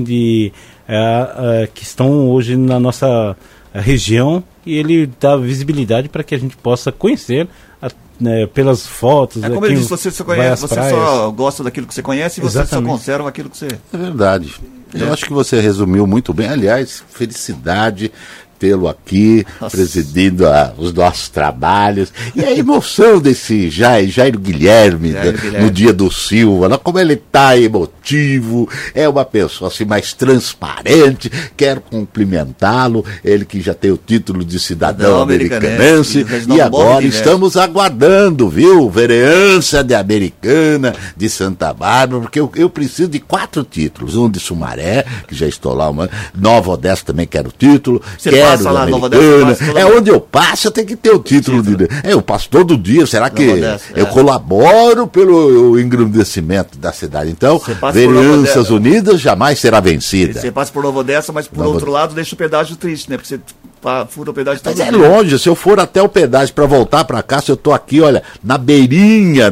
que estão hoje na nossa região, e ele dá visibilidade para que a gente possa conhecer pelas fotos. É como ele disse, você só conhece, você só gosta daquilo que você conhece e você só conserva aquilo que você... É verdade. Eu acho que você resumiu muito bem. Aliás, felicidade tê-lo aqui, presidindo os nossos trabalhos. E a emoção desse Jairo Guilherme, no dia do Silva, como ele está emotivo, é uma pessoa assim mais transparente. Quero cumprimentá-lo, ele que já tem o título de cidadão americanense, e agora estamos aguardando, viu, vereança de Americana, de Santa Bárbara, porque eu preciso de 4 títulos, um de Sumaré, que já estou lá, Nova Odessa também quero título, passa lá, Nova Odessa, onde eu passo, eu tenho que ter o título. Eu passo todo dia. Será que eu colaboro pelo engrandecimento da cidade? Então, Vereanças Unidas jamais será vencida. Você passa por Nova Odessa, mas por outro lado deixa o pedágio triste, né? Porque você fura o pedágio todo dia. Mas é longe, se eu for até o pedágio para voltar para cá, se eu estou aqui, olha, na beirinha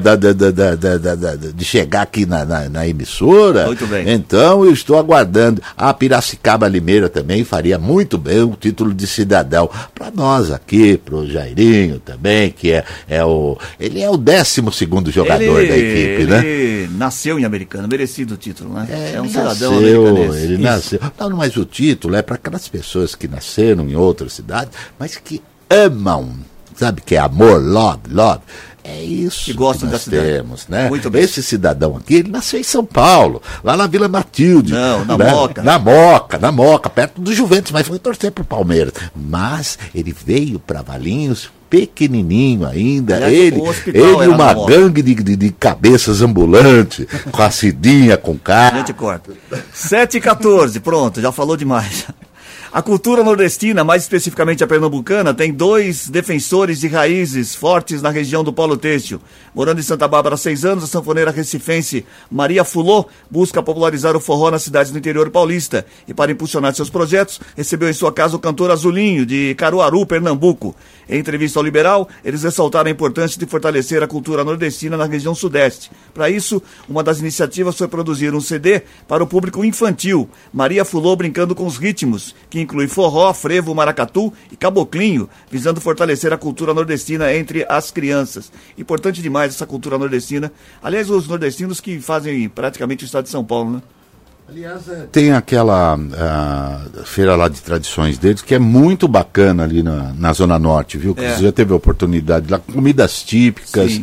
de chegar aqui na emissora, muito bem. Então eu estou aguardando. A Piracicaba Limeira também faria muito bem o título de cidadão. Para nós aqui, para o Jairinho também, que ele é o 12º jogador da equipe, né? Ele nasceu em Americana, merecido o título, né? É um cidadão americanense. Ele nasceu. Não, mas o título é para aquelas pessoas que nasceram em outras cidades, mas que amam, sabe, que é amor, love. É isso que nós temos, né? Muito bem. Esse cidadão aqui, ele nasceu em São Paulo, lá na Vila Matilde. Não, na Moca. Na Moca, perto do Juventus, mas foi torcer pro Palmeiras. Mas ele veio para Valinhos pequenininho ainda, ele e uma gangue de cabeças ambulantes, com a cidinha, com carro. A gente corta. 7h14, pronto, já falou demais. A cultura nordestina, mais especificamente a pernambucana, tem 2 defensores de raízes fortes na região do Polo Têxtil. Morando em Santa Bárbara há 6 anos, a sanfoneira recifense Maria Fulô busca popularizar o forró nas cidades do interior paulista. E para impulsionar seus projetos, recebeu em sua casa o cantor Azulinho, de Caruaru, Pernambuco. Em entrevista ao Liberal, eles ressaltaram a importância de fortalecer a cultura nordestina na região sudeste. Para isso, uma das iniciativas foi produzir um CD para o público infantil, Maria Fulô brincando com os ritmos, que inclui forró, frevo, maracatu e caboclinho, visando fortalecer a cultura nordestina entre as crianças. Importante demais essa cultura nordestina. Aliás, os nordestinos que fazem praticamente o estado de São Paulo, né? Aliás, tem aquela feira lá de tradições deles, que é muito bacana ali na Zona Norte, viu? Que você já teve a oportunidade lá, comidas típicas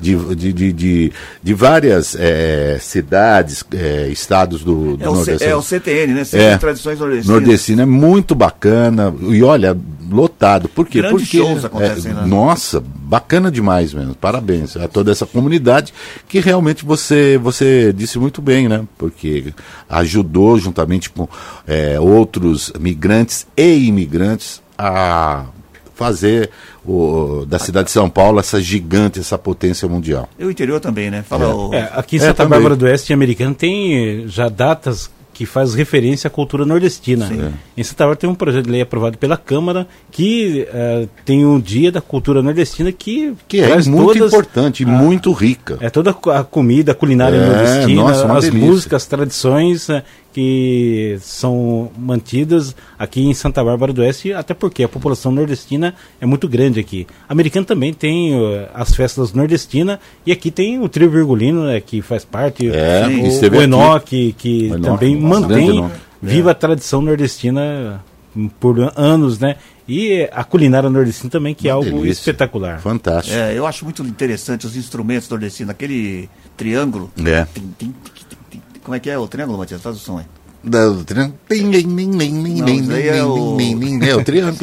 de várias cidades, estados do Nordeste. É o CTN, né? Centro de Tradições Nordestinas. Nordestina é muito bacana, e olha, lotado. Por quê? Grandes shows acontecem, né? Nossa, bacana demais mesmo. Parabéns a toda essa comunidade, que realmente você disse muito bem, né? Porque ajudou, juntamente com outros migrantes e imigrantes, a fazer da cidade de São Paulo essa gigante, essa potência mundial. E o interior também, né? Aqui em Santa Bárbara do Oeste Americana tem já datas que faz referência à cultura nordestina. Em Santa Bárbara tem um projeto de lei aprovado pela Câmara que tem um dia da cultura nordestina que é muito importante e muito rica. É toda a comida, a culinária nordestina, as músicas, as tradições que são mantidas aqui em Santa Bárbara do Oeste, até porque a população nordestina é muito grande aqui. Americano também tem as festas nordestinas, e aqui tem o Trio Virgulino, né, que faz parte, o Enoque, que também mantém viva a tradição nordestina por anos, né? E a culinária nordestina também, que é algo espetacular. Fantástico. Eu acho muito interessante os instrumentos nordestinos, aquele triângulo. Como é que é o triângulo, Matias? Faz o som aí. O triângulo. É o triângulo.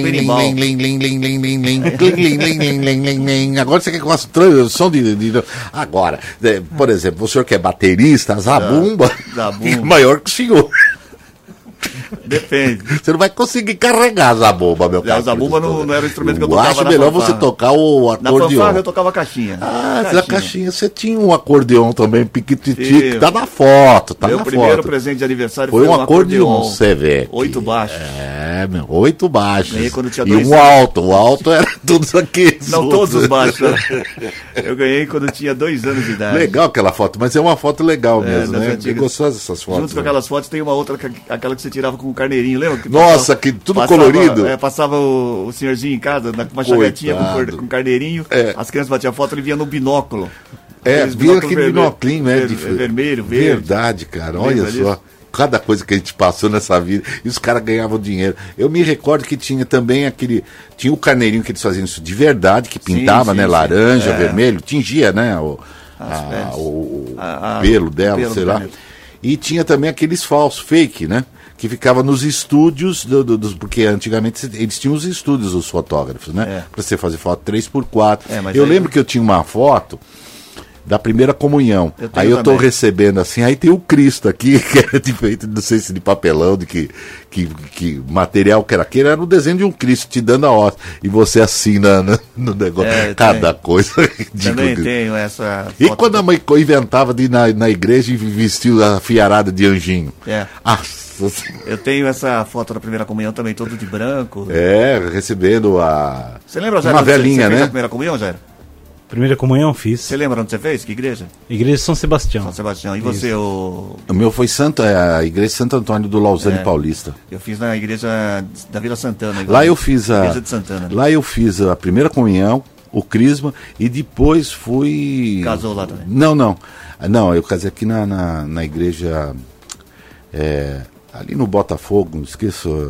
Agora você quer que eu faça o som de. Agora, por exemplo, o senhor que é baterista, a zabumba é maior que o senhor. Depende. Você não vai conseguir carregar a zabumba, meu cara. A zabumba não era o instrumento que eu tocava. Acho melhor você tocar o acordeon. Na fanfarra eu tocava caixinha. Na caixinha. Você tinha um acordeon também, piquititi, que tá na foto, Meu primeiro presente de aniversário foi um acordeon. Você vê. 8 baixos. 8 baixos. Ganhei quando tinha e um alto. O alto era todos aqueles. Não, todos os baixos. Eu ganhei quando tinha 2 anos de idade. Legal aquela foto, mas é uma foto legal mesmo, né? É gostosa essas fotos. Junto com aquelas fotos tem uma outra, aquela que você tirava com o carneirinho, lembra? Nossa, que tudo colorido. Passava o senhorzinho em casa, com uma chavetinha com carneirinho, as crianças batiam foto, ele via no binóculo. Via aquele binóculo, né? Vermelho, verde. Verdade, cara, olha só. Cada coisa que a gente passou nessa vida, e os caras ganhavam dinheiro. Eu me recordo que tinha também tinha o carneirinho que eles faziam isso de verdade, que pintava, sim, laranja, vermelho, tingia, né? O pelo dela, sei lá. E tinha também aqueles falsos, fake, né? Que ficava nos estúdios, porque antigamente eles tinham os estúdios, os fotógrafos, né? Pra você fazer foto 3x4. Eu lembro que eu tinha uma foto da primeira comunhão. Aí eu tô recebendo assim, aí tem o Cristo aqui, que era feito, não sei se de papelão, de que material que era aquele, era o desenho de um Cristo te dando a hóstia. E você assina no negócio. Cada coisa. Também tenho essa foto. E quando a mãe inventava de ir na igreja e vestiu a fiarada de anjinho? Eu tenho essa foto da primeira comunhão também, todo de branco. Recebendo Você lembra, Jair, uma velhinha, você né? fez a primeira comunhão, Jair? Primeira comunhão fiz. Você lembra onde você fez? Que igreja? Igreja de São Sebastião. São Sebastião. E você, O meu foi a igreja de Santo Antônio do Lausanne Paulista. Eu fiz na igreja da Vila Santana. Lá eu fiz igreja de Santana. Lá eu fiz a primeira comunhão, o crisma, e depois fui... Casou lá também? Não, eu casei aqui na igreja, ali no Botafogo, esqueço...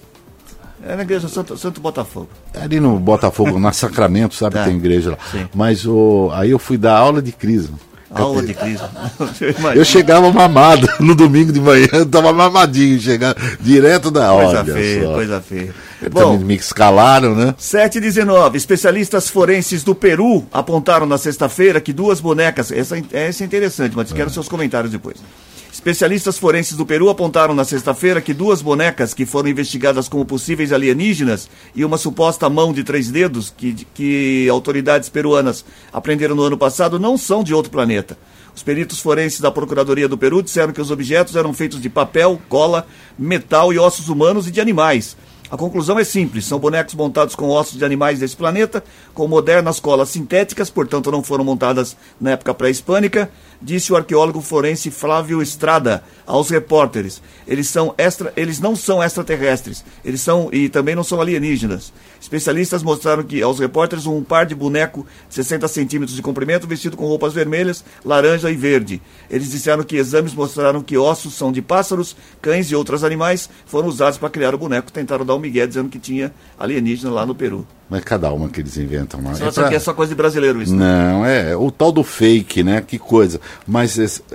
na igreja Santo Botafogo. Ali no Botafogo, na Sacramento, sabe, tem igreja lá. Sim. Mas aí eu fui dar aula de crisma. Aula de crisma. Eu chegava mamado no domingo de manhã, eu tava mamadinho, chegava direto da hora. Coisa feia. Bom, me escalaram, né? 7h19, especialistas forenses do Peru apontaram na sexta-feira que 2 bonecas, essa é interessante, mas quero seus comentários depois. Especialistas forenses do Peru apontaram na sexta-feira que 2 bonecas que foram investigadas como possíveis alienígenas e uma suposta mão de 3 dedos que autoridades peruanas apreenderam no ano passado não são de outro planeta. Os peritos forenses da Procuradoria do Peru disseram que os objetos eram feitos de papel, cola, metal e ossos humanos e de animais. A conclusão é simples, são bonecos montados com ossos de animais desse planeta, com modernas colas sintéticas, portanto não foram montadas na época pré-hispânica, disse o arqueólogo forense Flávio Estrada aos repórteres. Eles não são extraterrestres, e também não são alienígenas. Especialistas mostraram aos repórteres um par de boneco de 60 centímetros de comprimento, vestido com roupas vermelhas, laranja e verde. Eles disseram que exames mostraram que ossos são de pássaros, cães e outros animais foram usados para criar o boneco. Tentaram dar um migué dizendo que tinha alienígena lá no Peru. Mas cada uma que eles inventam lá. Você acha que é só coisa de brasileiro isso? Não, o tal do fake, né? Que coisa. Mas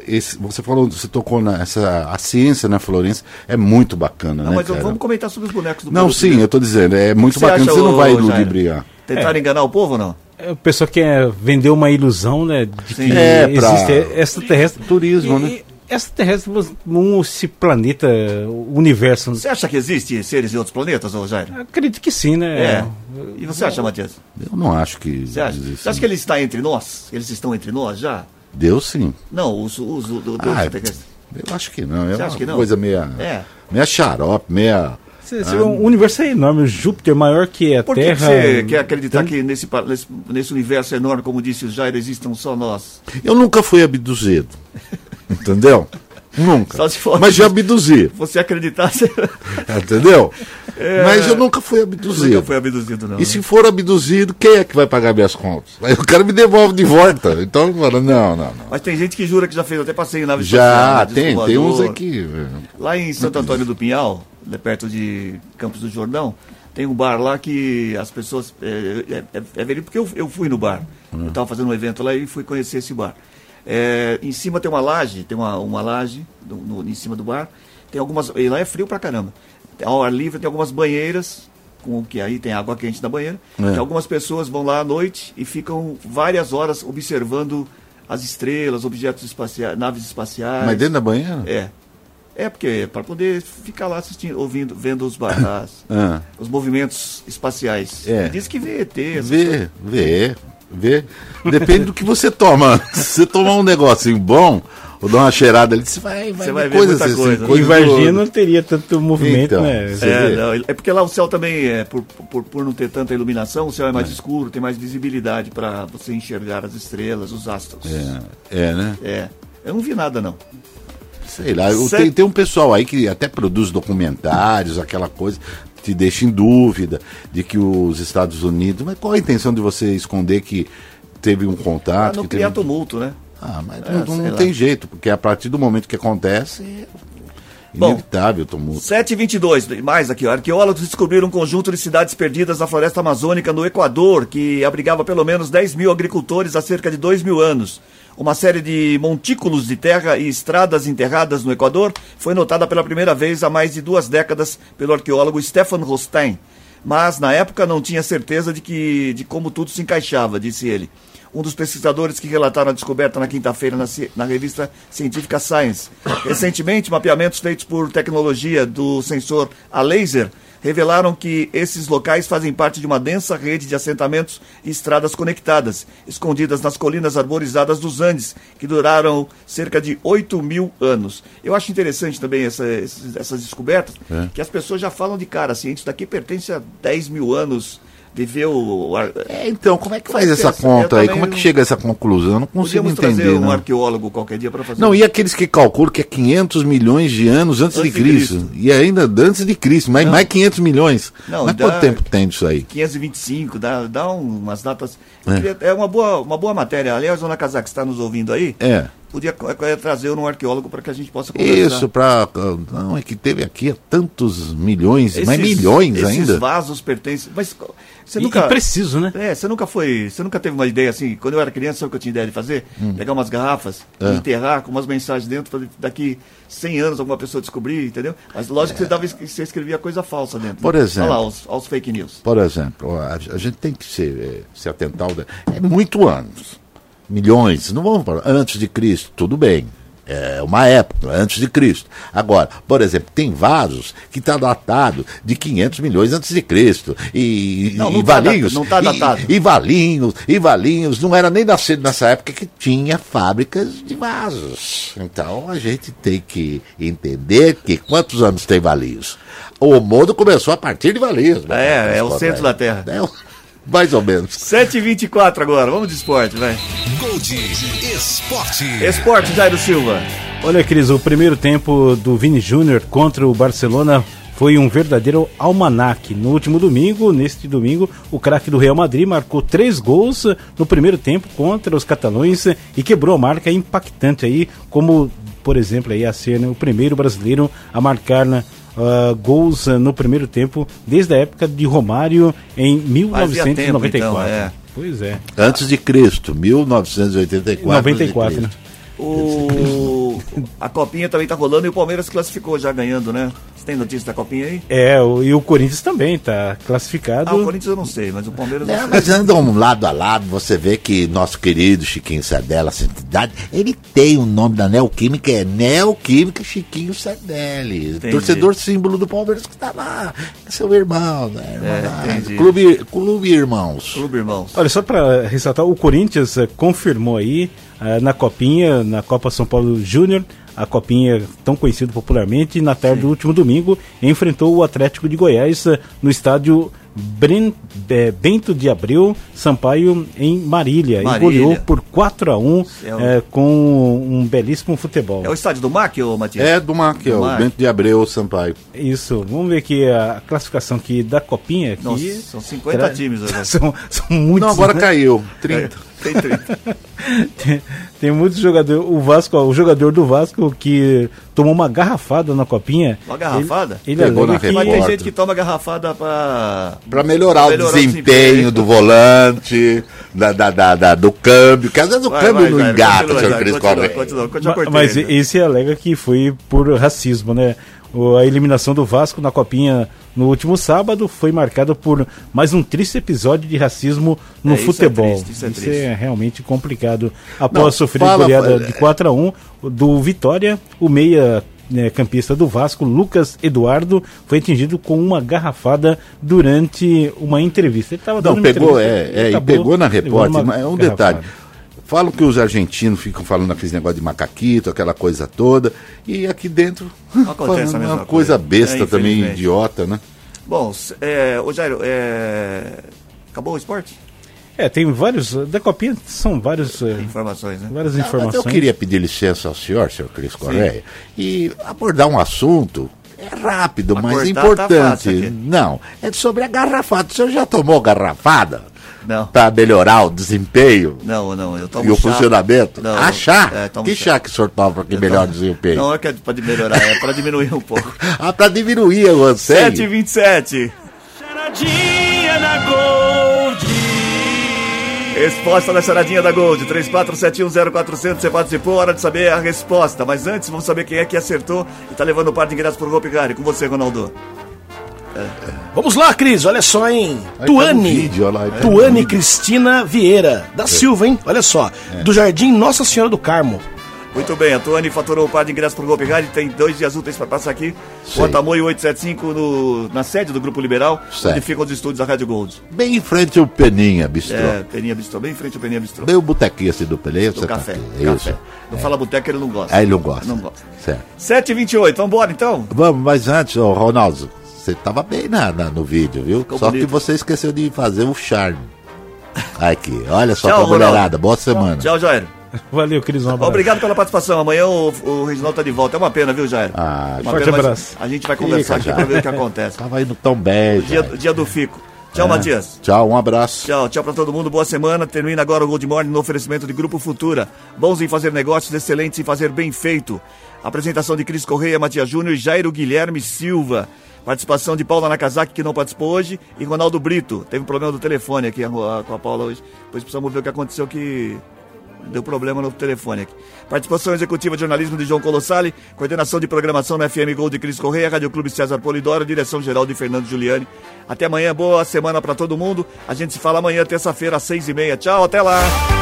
você tocou a ciência, né, Florença? É muito bacana, né? Mas vamos comentar sobre os bonecos do Peru. Não, sim, eu tô dizendo, é muito bacana. Você não vai ludibriar. Tentaram enganar o povo ou não? O pessoal quer vender uma ilusão, né? De que existe extraterrestre. Turismo, né? Extraterrestre, esse planeta, o universo. Você acha que existe seres em outros planetas, Jair? Acredito que sim, né? E você acha, Matias? Eu não acho que. Você acha que ele está entre nós? Eles estão entre nós já? Deus sim. Não, os extraterrestres. Eu acho que não. Você acha que não? Coisa meia xarope, meia. O universo é enorme, o Júpiter maior que a Por Terra. Por que você quer acreditar que nesse universo enorme, como disse o Jair, existam só nós? Eu nunca fui abduzido. Entendeu? Nunca. Só se for mas já abduzi. Você acreditasse. Entendeu? Mas eu nunca fui abduzido. Nunca fui abduzido, não. E se for abduzido, quem é que vai pagar minhas contas? Aí o cara me devolve de volta. Então eu falo, não. Mas tem gente que jura que já fez até passeio em nave espacial. Já, tem uns aqui. Lá em Santo Antônio do Pinhal, perto de Campos do Jordão, tem um bar lá que as pessoas... É verídico porque eu fui no bar. Eu estava fazendo um evento lá e fui conhecer esse bar. Em cima tem uma laje, tem uma laje em cima do bar. Tem algumas, e lá é frio pra caramba. Ao ar livre tem algumas banheiras, que aí tem água quente na banheira. E algumas pessoas vão lá à noite e ficam várias horas observando as estrelas, objetos espaciais, naves espaciais. Mas dentro da banheira? Porque para poder ficar lá assistindo, ouvindo, vendo os movimentos espaciais. Diz que vê ET. Vê. Depende do que você toma. Se você tomar um negocinho bom, ou dar uma cheirada ali, você vai ver muita coisa. Em Varginha não teria tanto movimento, então, né? É porque lá o céu também, por não ter tanta iluminação, o céu é mais escuro, tem mais visibilidade para você enxergar as estrelas, os astros. Né? Eu não vi nada, não. Sei lá, tem um pessoal aí que até produz documentários, aquela coisa, te deixa em dúvida de que os Estados Unidos... Mas qual a intenção de você esconder que teve um contato? Não criar tumulto, né? Mas não tem jeito, porque a partir do momento que acontece, é inevitável o tumulto. 7h22, mais aqui, arqueólogos descobriram um conjunto de cidades perdidas na floresta amazônica no Equador, que abrigava pelo menos 10 mil agricultores há cerca de 2.000 anos. Uma série de montículos de terra e estradas enterradas no Equador foi notada pela primeira vez há mais de 2 décadas pelo arqueólogo Stefan Rostein. Mas, na época, não tinha certeza de como tudo se encaixava, disse ele. Um dos pesquisadores que relataram a descoberta na quinta-feira na revista científica Science. Recentemente, mapeamentos feitos por tecnologia do sensor a laser revelaram que esses locais fazem parte de uma densa rede de assentamentos e estradas conectadas, escondidas nas colinas arborizadas dos Andes, que duraram cerca de 8.000 anos. Eu acho interessante também essas descobertas, que as pessoas já falam de cara, assim, isso daqui pertence a 10.000 anos, viveu... Então, como é que faz essa conta aí? Como é que chega a essa conclusão? Eu não consigo entender. Podíamos trazer um arqueólogo qualquer dia para fazer isso. E aqueles que calculam que é 500 milhões de anos antes de Cristo. E ainda antes de Cristo, mais 500 milhões. Mas quanto tempo tem disso aí? 525, dá umas datas... É uma boa matéria. Aliás, Dona Kazak, está nos ouvindo aí? Podia trazer um arqueólogo para que a gente possa conversar. Isso, não, é que teve aqui há tantos milhões, mas milhões ainda. Esses vasos pertencem... Mas você nunca... E preciso, né? Você nunca teve uma ideia assim, quando eu era criança, sabe o que eu tinha ideia de fazer? Pegar umas garrafas e enterrar com umas mensagens dentro, para daqui 100 anos alguma pessoa descobrir, entendeu? Mas lógico que você escrevia coisa falsa dentro. Por exemplo... Olha lá, aos fake news. Por exemplo, a gente tem que se atentar... É muito anos. Milhões, não vamos falar antes de Cristo, tudo bem, é uma época antes de Cristo. Agora, por exemplo, tem vasos que está datado de 500 milhões antes de Cristo e Valinhos, não está datado. E Valinhos, não era nem nascido nessa época que tinha fábricas de vasos. Então a gente tem que entender que quantos anos tem Valinhos? O mundo começou a partir de Valinhos. É o centro da Terra. Mais ou menos. 7h24 agora, vamos de esporte, vai. Gol de esporte. Esporte, Jairo Silva. Olha, Cris, o primeiro tempo do Vini Júnior contra o Barcelona foi um verdadeiro almanaque. Neste domingo, o craque do Real Madrid marcou 3 gols no primeiro tempo contra os catalães e quebrou a marca impactante aí, como, por exemplo, aí a ser o primeiro brasileiro a marcar gols no primeiro tempo desde a época de Romário em 1994. Tempo, então, Pois é. Antes de Cristo, 1984. 94, né? A Copinha também tá rolando e o Palmeiras classificou já ganhando, né? Você tem notícia da Copinha aí? E o Corinthians também tá classificado. O Corinthians eu não sei, mas o Palmeiras não sei. Mas andam lado a lado, você vê que nosso querido Chiquinho Sardelli, essa entidade, ele tem o nome da Neoquímica, é Neoquímica Chiquinho Sardelli. Entendi. Torcedor símbolo do Palmeiras que tá lá. É seu irmão, né? Clube Irmãos. Olha, só para ressaltar, o Corinthians confirmou aí na Copinha, na Copa São Paulo Júnior, a Copinha tão conhecida popularmente, na tarde do último domingo, enfrentou o Atlético de Goiás no estádio Bento de Abreu Sampaio em Marília. E goleou por 4-1 com um belíssimo futebol. É o estádio do MAC, ô Matias? É do MAC, o Bento de Abreu Sampaio. Isso, vamos ver aqui a classificação aqui da Copinha. Aqui. Nossa, são 50 times agora. São muitos. Não, agora caiu, 30. Tem 30. Tem muitos jogadores. O jogador do Vasco que tomou uma garrafada na Copinha. Uma garrafada? Ele pegou na Mas tem gente que toma garrafada para melhorar o desempenho do volante, do câmbio, que às vezes o câmbio não engata, senhor Cris Correia. Mas esse alega que foi por racismo, né? A eliminação do Vasco na Copinha no último sábado foi marcada por mais um triste episódio de racismo no futebol. Isso é triste. É realmente complicado. Após sofrer goleada de 4-1 do Vitória, o meia campista do Vasco, Lucas Eduardo, foi atingido com uma garrafada durante uma entrevista. Ele estava dando pegou na repórter, mas é um detalhe. Falam que os argentinos ficam falando aqueles negócios de macaquito, aquela coisa toda, e aqui dentro acontece a mesma uma coisa besta também, idiota, né? Bom, ô Jairo, acabou o esporte? Tem vários, da Copinha são várias informações, né? Várias informações. Mas eu queria pedir licença ao senhor Cris Correia, e abordar um assunto rápido, mas importante. Não, é sobre a garrafada. O senhor já tomou garrafada? Não. Para melhorar o desempenho? Não, eu tomo e o funcionamento? Não, chá? Que chá que o senhor toma para que melhore o desempenho? Não é que é para melhorar, é para diminuir um pouco. Para diminuir, eu sei. 7h27. Charadinha da Gold. Resposta da charadinha da Gold, 34710400, você participou, hora de saber a resposta. Mas antes, vamos saber quem é que acertou e está levando o par de ingressos por Hopi Hari. Com você, Ronaldo. Vamos lá, Cris, olha só, hein? Tuane Cristina Vieira, da Silva, hein? Olha só, do Jardim Nossa Senhora do Carmo. Muito bem, a Tuane faturou o par de ingressos para o Hopi Hari, tem 2 dias úteis para passar aqui. Rua Tamoio 875, na sede do Grupo Liberal, onde ficam os estúdios da Rádio Gold. Bem em frente ao Peninha Bistrô. Peninha Bistrô, bem em frente ao Peninha Bistrô. Bem o botequinho assim do Peninha. Do café. Café. Não fala boteco, ele não gosta. Ele não gosta. Não gosta. Certo. 7h28, vamos embora então? Vamos, mas antes, Ronaldo, você estava bem no vídeo, viu? Ficou só bonito. Que você esqueceu de fazer o charme. Aqui, olha só, tchau, mulherada, boa semana. Tchau, Jairo. Valeu, Cris, um abraço. Obrigado pela participação. Amanhã o Reginaldo tá de volta. É uma pena, viu, Jairo? Forte abraço. A gente vai conversar aqui para ver o que acontece. Tava indo tão bem. Dia do Fico. Tchau, Matias. Tchau, um abraço. Tchau para todo mundo, boa semana. Termina agora o Gold Morning no oferecimento de Grupo Futura. Bons em fazer negócios, excelentes em fazer bem feito. Apresentação de Cris Correia, Matias Júnior e Jairo Guilherme Silva. Participação de Paula Nakazaki, que não participou hoje, e Ronaldo Brito. Teve um problema do telefone aqui com a Paula hoje. Depois precisamos ver o que aconteceu, que deu problema no telefone aqui. Participação executiva de jornalismo de João Colossali, coordenação de programação na FM Gold de Cris Correia, Rádio Clube César Polidoro, direção geral de Fernando Giuliani. Até amanhã, boa semana para todo mundo. A gente se fala amanhã, terça-feira, às 6h30. Tchau, até lá!